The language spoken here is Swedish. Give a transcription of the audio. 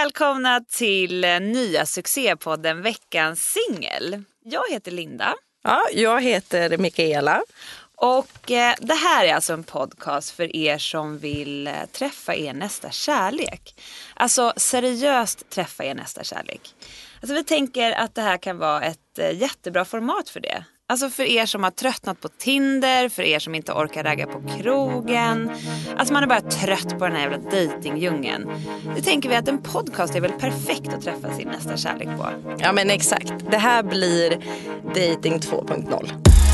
välkomna till nya succépodden Veckans singel. Jag heter Linda. Ja, jag heter Mikaela. Och det här är alltså en podcast för er som vill träffa er nästa kärlek. Alltså seriöst träffa er nästa kärlek. Alltså vi tänker att det här kan vara ett jättebra format för det. Alltså för er som har tröttnat på Tinder, för er som inte orkar ragga på krogen. Alltså man är bara trött på den här jävla dejtingdjungeln. Nu tänker vi att en podcast är väl perfekt att träffa sin nästa kärlek på. Ja men exakt, det här blir dating 2.0.